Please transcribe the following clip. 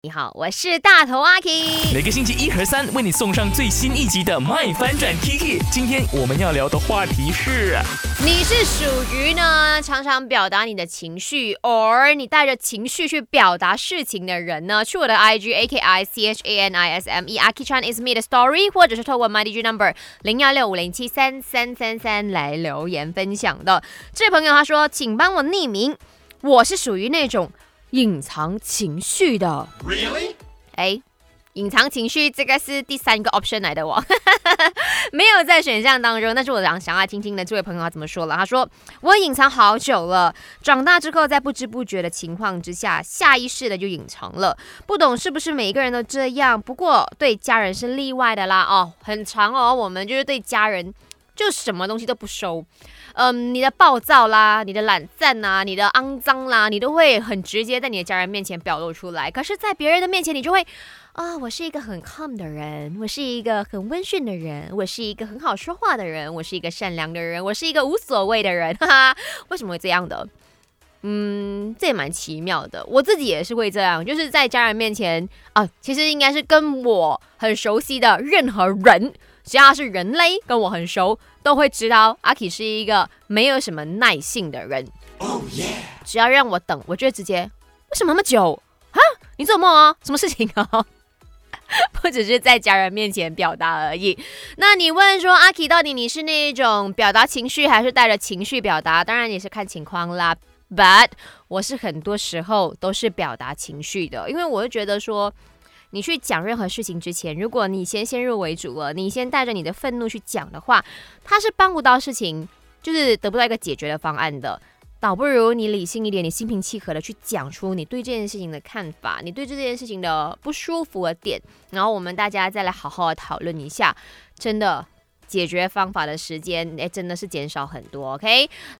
你好，我是大头阿 K。 每个星期一和三为你送上最新一集的《麦翻转 Kiki》。今天我们要聊的话题是： 你是属于呢常常表达你的情绪 ，or 你带着情绪去表达事情的人呢？去我的 IG AKICHANISME Aki Chan is me 的 story， 或者是透过 My DJ number 0165073333来留言分享的。这位朋友他说，请帮我匿名，我是属于那种隐藏情绪的。 Really？ 隐藏情绪这个是第三个 option 来的哦，没有在选项当中。但是我想要听听的这位朋友他怎么说了？他说我隐藏好久了，长大之后在不知不觉的情况之下，下意识的就隐藏了。不懂是不是每一个人都这样？不过对家人是例外的啦。哦，很长哦，我们就是对家人就什么东西都不收。你的暴躁啦，你的懒散啦，你的肮脏啦，你都会很直接在你的家人面前表露出来。可是，在别人的面前，你就会我是一个很 calm 的人，我是一个很温驯的人，我是一个很好说话的人，我是一个善良的人，我是一个无所谓的人，哈哈。为什么会这样的？这也蛮奇妙的。我自己也是会这样，就是在家人面前其实应该是跟我很熟悉的任何人，只要是人类跟我很熟，都会知道阿 K 是一个没有什么耐性的人。 Oh yeah！ 只要让我等，我就会直接为什么那么久啊？你做梦啊？什么事情啊？不只是在家人面前表达而已。那你问说阿 K 到底你是那种表达情绪还是带着情绪表达？当然也是看情况啦。But 我是很多时候都是表达情绪的，因为我会觉得说，你去讲任何事情之前，如果你先入为主了，你先带着你的愤怒去讲的话，它是帮不到事情，就是得不到一个解决的方案的。倒不如你理性一点，你心平气和的去讲出你对这件事情的看法，你对这件事情的不舒服的点，然后我们大家再来好好的讨论一下，真的解决方法的时间真的是减少很多 ，OK？